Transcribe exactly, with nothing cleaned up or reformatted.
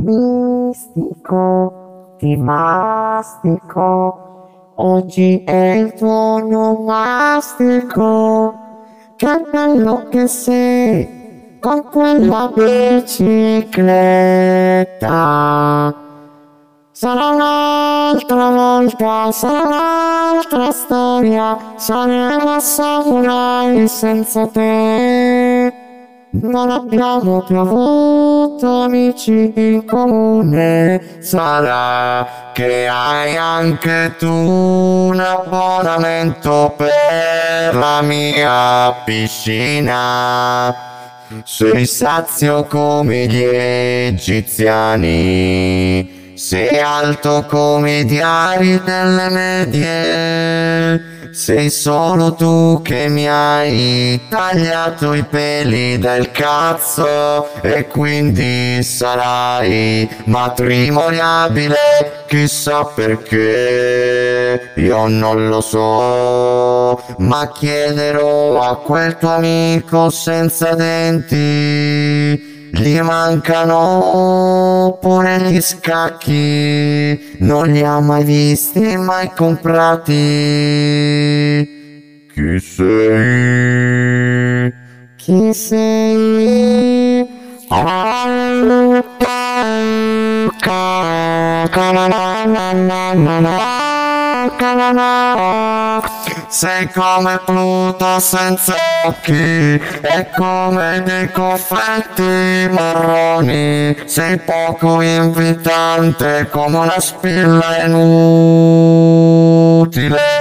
Mistico, ti mastico, oggi è il tuo nomastico. Che bello che sei, con quella bicicletta. Sarà un'altra volta, sarà un'altra storia, saremo samurai senza te. Non abbiamo più avuto amici in comune, sarà che hai anche tu un abbonamento per la mia piscina. Sei sazio come gli egiziani, sei alto come i diari delle medie. Sei solo tu che mi hai tagliato i peli del cazzo e quindi sarai matrimoniabile, chissà perché, io non lo so, ma chiederò a quel tuo amico senza denti. Gli mancano pure gli scacchi, non li ha mai visti, mai comprati. Chi sei? Chi sei? Sei come Pluto senza occhi e come dei confetti marroni. Sei poco invitante come una spilla inutile.